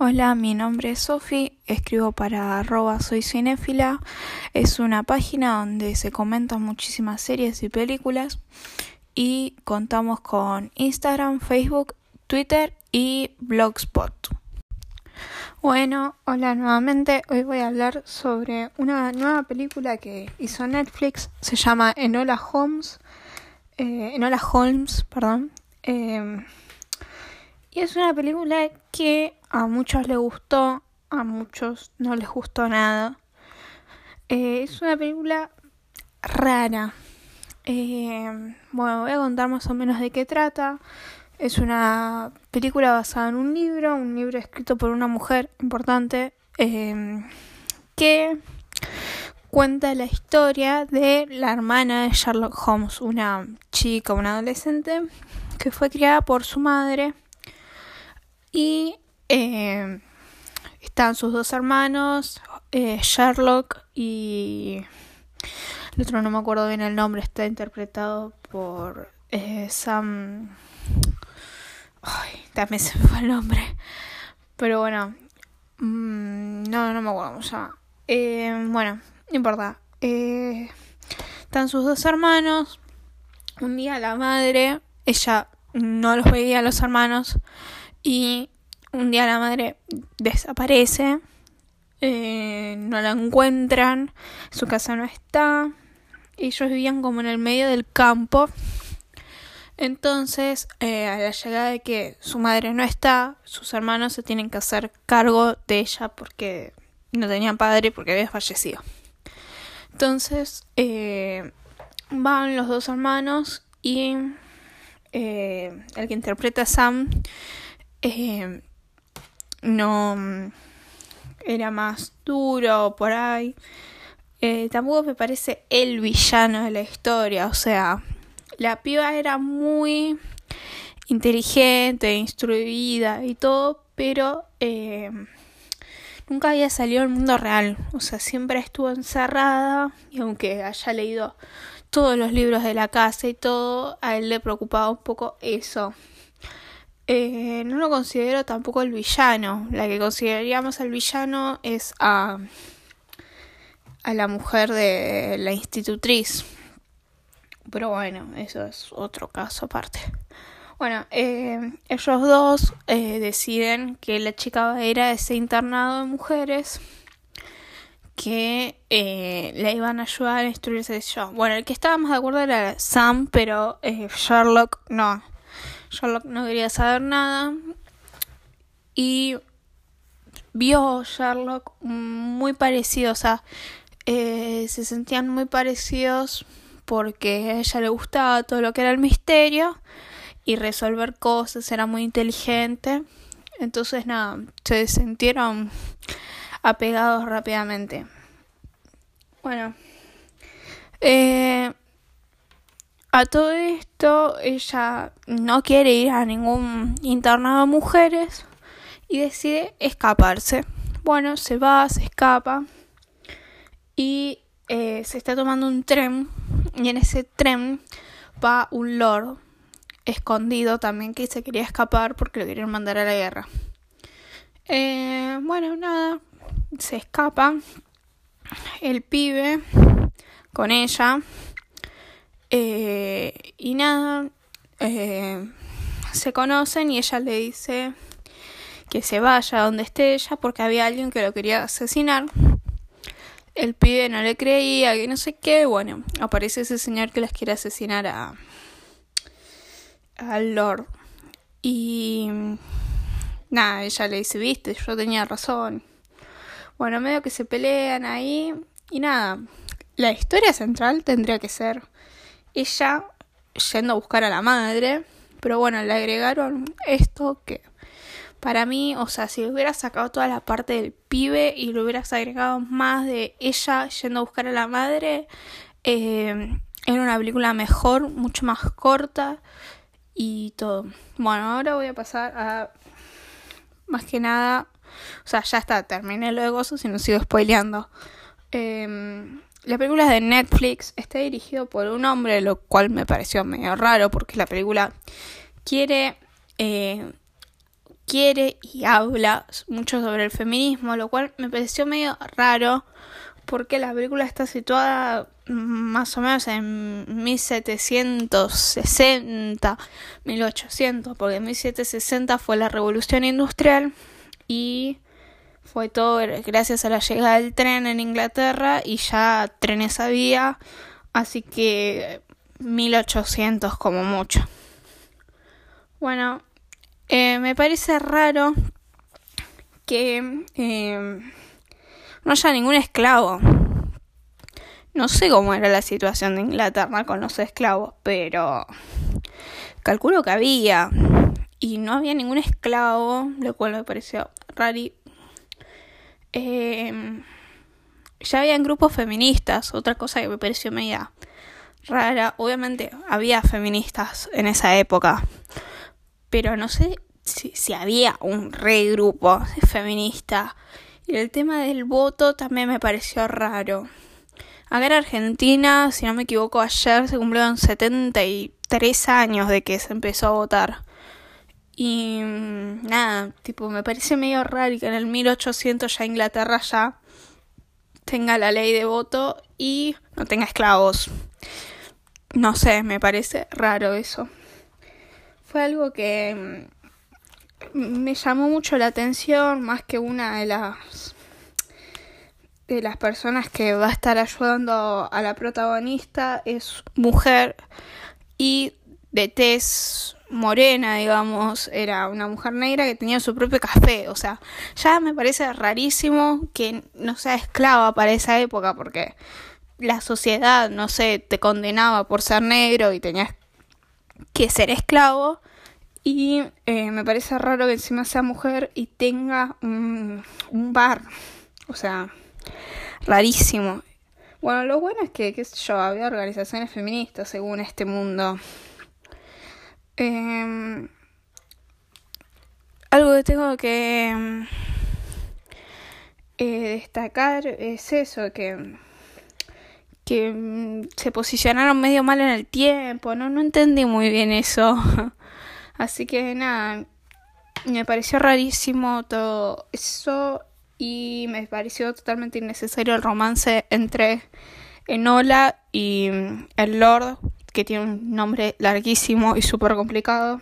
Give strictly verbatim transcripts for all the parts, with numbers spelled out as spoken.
Hola, mi nombre es Sofi, escribo para arroba soy cinéfila. Es una página donde se comentan muchísimas series y películas y contamos con Instagram, Facebook, Twitter y Blogspot. Bueno, hola nuevamente. Hoy voy a hablar sobre una nueva película que hizo Netflix. Se llama Enola Holmes. Eh, Enola Holmes, perdón. Eh, y es una película que a muchos les gustó, a muchos no les gustó nada. Eh, es una película rara. Eh, bueno, voy a contar más o menos de qué trata. Es una película basada en un libro, un libro escrito por una mujer importante, eh, que cuenta la historia de la hermana de Sherlock Holmes, una chica, una adolescente, que fue criada por su madre. Y eh, están sus dos hermanos, eh, Sherlock y el otro no me acuerdo bien el nombre, está interpretado por eh, Sam... Ay, también se me fue el nombre. Pero bueno, mmm, no, no me acuerdo cómo se llama. Eh, bueno, no importa. Eh, están sus dos hermanos. Un día la madre, ella no los veía a los hermanos. Y un día la madre desaparece. Eh, no la encuentran. Su casa no está. Ellos vivían como en el medio del campo. Entonces, eh, a la llegada de que su madre no está, sus hermanos se tienen que hacer cargo de ella porque no tenían padre, porque había fallecido. Entonces, eh, van los dos hermanos y eh, el que interpreta a Sam eh, no era más duro por ahí. Eh, tampoco me parece el villano de la historia, o sea... La piba era muy inteligente, instruida y todo, pero eh, nunca había salido al mundo real. O sea, siempre estuvo encerrada y aunque haya leído todos los libros de la casa y todo, a él le preocupaba un poco eso. Eh, no lo considero tampoco el villano. La que consideraríamos el villano es a, a la mujer de la institutriz. Pero bueno, eso es otro caso aparte. Bueno, eh, ellos dos eh, deciden que la chica va a ir a ese internado de mujeres que eh, le iban a ayudar a instruirse yo. Bueno, el que estaba más de acuerdo era Sam, pero eh, Sherlock no. Sherlock no quería saber nada. Y vio Sherlock muy parecido, o sea, eh, se sentían muy parecidos porque a ella le gustaba todo lo que era el misterio y resolver cosas, era muy inteligente. Entonces nada, se sintieron apegados rápidamente. Bueno, eh, a todo esto ella no quiere ir a ningún internado de mujeres y decide escaparse. Bueno, se va, se escapa y eh, se está tomando un tren. Y en ese tren va un lord escondido también que se quería escapar porque lo querían mandar a la guerra. Eh, bueno, nada, se escapa el pibe con ella. Eh, y nada, eh, se conocen y ella le dice que se vaya a donde esté ella porque había alguien que lo quería asesinar. El pibe no le creía, que no sé qué. Bueno, aparece ese señor que las quiere asesinar a al Lord. Y nada, ella le dice, viste, yo tenía razón. Bueno, medio que se pelean ahí. Y nada, la historia central tendría que ser ella yendo a buscar a la madre. Pero bueno, le agregaron esto que... Para mí, o sea, si le hubieras sacado toda la parte del pibe y le hubieras agregado más de ella yendo a buscar a la madre, eh, era una película mejor, mucho más corta y todo. Bueno, ahora voy a pasar a, más que nada, o sea, ya está, terminé lo de Gozo, si no sigo spoileando. Eh, la película es de Netflix, está dirigido por un hombre, lo cual me pareció medio raro porque la película quiere... Eh, quiere y habla mucho sobre el feminismo, lo cual me pareció medio raro porque la película está situada más o menos en mil setecientos sesenta, mil ochocientos, porque en mil setecientos sesenta fue la revolución industrial y fue todo gracias a la llegada del tren en Inglaterra y ya trenes había, así que mil ochocientos como mucho. Bueno, eh, me parece raro que eh, no haya ningún esclavo. No sé cómo era la situación de Inglaterra con los esclavos, pero calculo que había. Y no había ningún esclavo, lo cual me pareció raro. Eh, ya habían grupos feministas, otra cosa que me pareció media rara. Obviamente había feministas en esa época, pero no sé si, si había un re grupo feminista. Y el tema del voto también me pareció raro. Acá en Argentina, si no me equivoco, ayer se cumplieron setenta y tres años de que se empezó a votar. Y nada, tipo, me parece medio raro que en el mil ochocientos ya Inglaterra ya tenga la ley de voto y no tenga esclavos. No sé, me parece raro eso. Fue algo que me llamó mucho la atención, más que una de las de las personas que va a estar ayudando a la protagonista es mujer y de tez morena, digamos, era una mujer negra que tenía su propio café. O sea, ya me parece rarísimo que no sea esclava para esa época, porque la sociedad, no sé, te condenaba por ser negro y tenías que ser esclavo. Y eh, me parece raro que encima sea mujer y tenga un, un bar. O sea, rarísimo. Bueno, lo bueno es que, qué sé yo, había organizaciones feministas según este mundo. Eh, algo que tengo que eh, destacar es eso, que, que se posicionaron medio mal en el tiempo. No, no entendí muy bien eso. Así que nada, me pareció rarísimo todo eso y me pareció totalmente innecesario el romance entre Enola y el Lord, que tiene un nombre larguísimo y súper complicado.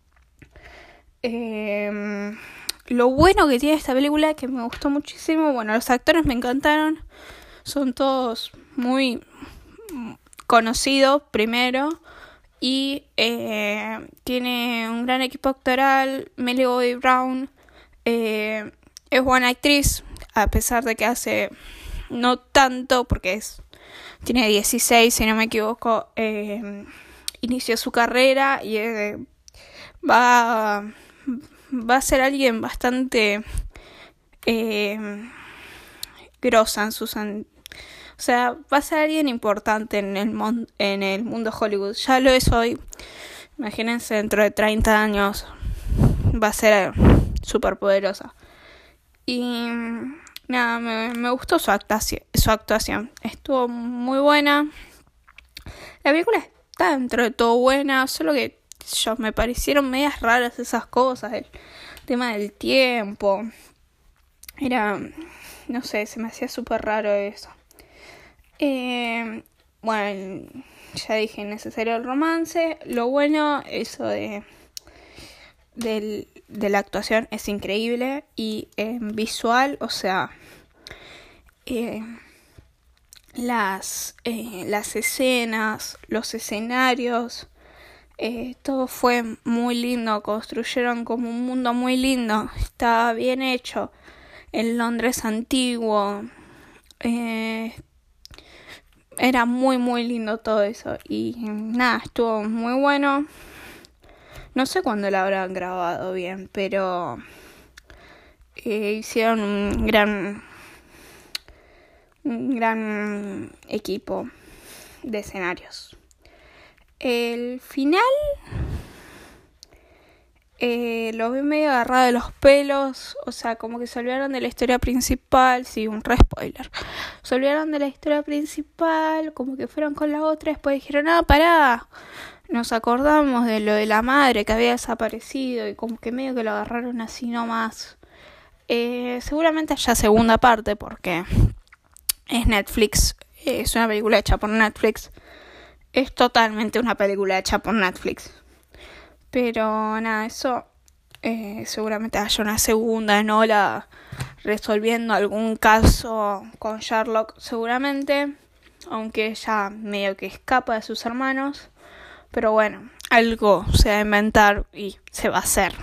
Eh, lo bueno que tiene esta película, que me gustó muchísimo, bueno, los actores me encantaron, son todos muy conocidos primero. Y eh, tiene un gran equipo actoral. Millie Bobby Brown eh, es buena actriz, a pesar de que hace no tanto, porque es tiene dieciséis, si no me equivoco. Eh, inició su carrera y eh, va, va a ser alguien bastante eh, grosa en sus... An- O sea, va a ser alguien importante en el, mon- en el mundo Hollywood. Ya lo es hoy. Imagínense, dentro de treinta años va a ser súper poderosa. Y nada, me, me gustó su actuación, su actuación. Estuvo muy buena. La película está dentro de todo buena, solo que yo, me parecieron medias raras esas cosas. El tema del tiempo. Era, no sé, se me hacía súper raro eso. Eh, bueno, ya dije, necesario el romance. Lo bueno, eso de, de, de la actuación es increíble. Y en eh, visual, o sea, eh, las, eh, las escenas, los escenarios, eh, todo fue muy lindo. Construyeron como un mundo muy lindo. Estaba bien hecho. El Londres antiguo. Eh, Era muy muy lindo todo eso. Y nada, estuvo muy bueno. No sé cuándo la habrán grabado bien, pero eh, hicieron un gran un gran equipo de escenarios. El final eh, lo vi medio agarrado de los pelos, o sea, como que se olvidaron de la historia principal, sí, un re spoiler, se olvidaron de la historia principal, como que fueron con la otra, después dijeron, ah, pará, nos acordamos de lo de la madre que había desaparecido, y como que medio que lo agarraron así nomás. Eh, seguramente haya segunda parte, porque es Netflix, es una película hecha por Netflix, es totalmente una película hecha por Netflix. Pero nada, eso eh, seguramente haya una segunda en Ola resolviendo algún caso con Sherlock, seguramente, aunque ella medio que escapa de sus hermanos. Pero bueno, algo se va a inventar y se va a hacer.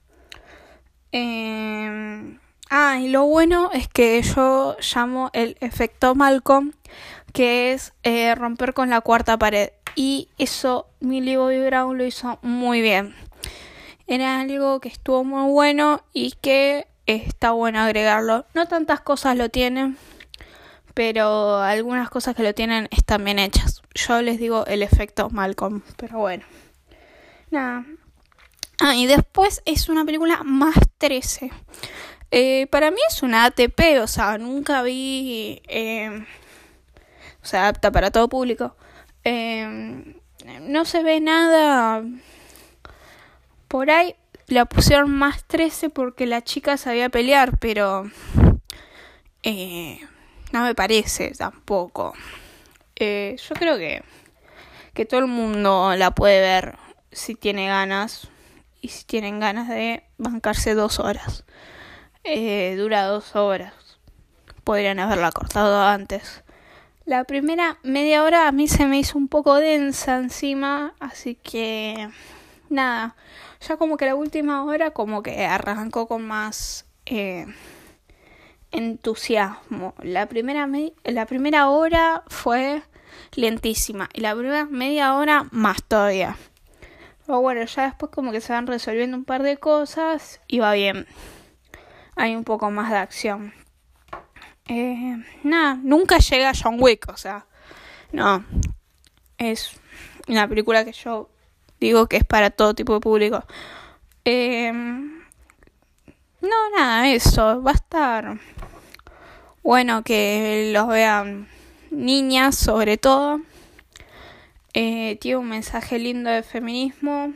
Eh, ah, y lo bueno es que yo llamo el efecto Malcolm, que es eh, romper con la cuarta pared. Y eso Millie Bobby Brown lo hizo muy bien. Era algo que estuvo muy bueno y que está bueno agregarlo. No tantas cosas lo tienen, pero algunas cosas que lo tienen están bien hechas. Yo les digo el efecto Malcolm, pero bueno. Nada. Ah, y después es una película más trece. Eh, para mí es una A T P, o sea, nunca vi... Eh, o sea, apta para todo público. Eh, no se ve nada. Por ahí la pusieron más trece porque la chica sabía pelear, pero eh, no me parece tampoco. Eh, yo creo que, que todo el mundo la puede ver si tiene ganas y si tienen ganas de bancarse dos horas. Eh, dura dos horas. Podrían haberla cortado antes. La primera media hora a mí se me hizo un poco densa encima, así que nada, ya como que la última hora como que arrancó con más eh, entusiasmo. La primera, me- la primera hora fue lentísima y la primera media hora más todavía. Pero bueno, ya después como que se van resolviendo un par de cosas y va bien. Hay un poco más de acción. Eh, nada, nunca llega a John Wick, o sea, no, es una película que yo digo que es para todo tipo de público. Eh, no, nada, eso, va a estar bueno que los vean niñas sobre todo. Eh, tiene un mensaje lindo de feminismo.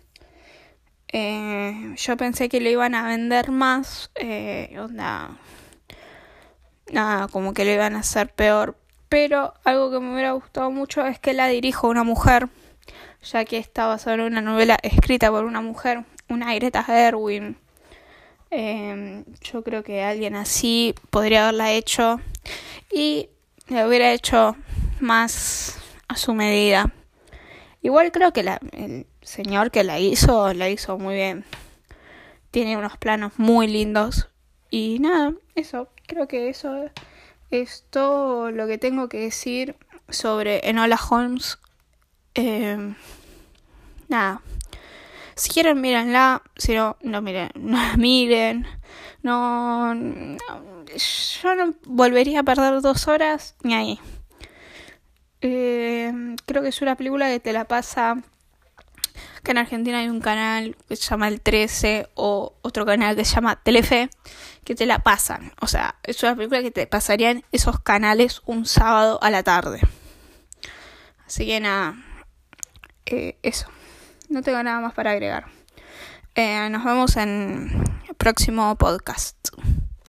Eh, yo pensé que lo iban a vender más, eh, onda... nada, como que lo iban a hacer peor. Pero algo que me hubiera gustado mucho es que la dirijo una mujer, ya que está basada en una novela escrita por una mujer, una Greta Gerwig. Eh, yo creo que alguien así podría haberla hecho y la hubiera hecho más a su medida. Igual creo que la, el señor que la hizo, la hizo muy bien. Tiene unos planos muy lindos. Y nada, eso, creo que eso es todo lo que tengo que decir sobre Enola Holmes. Eh, nada, si quieren mírenla, si no, no miren, no la miren. No, no, yo no volvería a perder dos horas ni ahí. Eh, creo que es una película que te la pasa... Acá en Argentina hay un canal que se llama El trece o otro canal que se llama Telefe, que te la pasan. O sea, es una película que te pasarían esos canales un sábado a la tarde. Así que nada, eh, eso. No tengo nada más para agregar. Eh, nos vemos en el próximo podcast.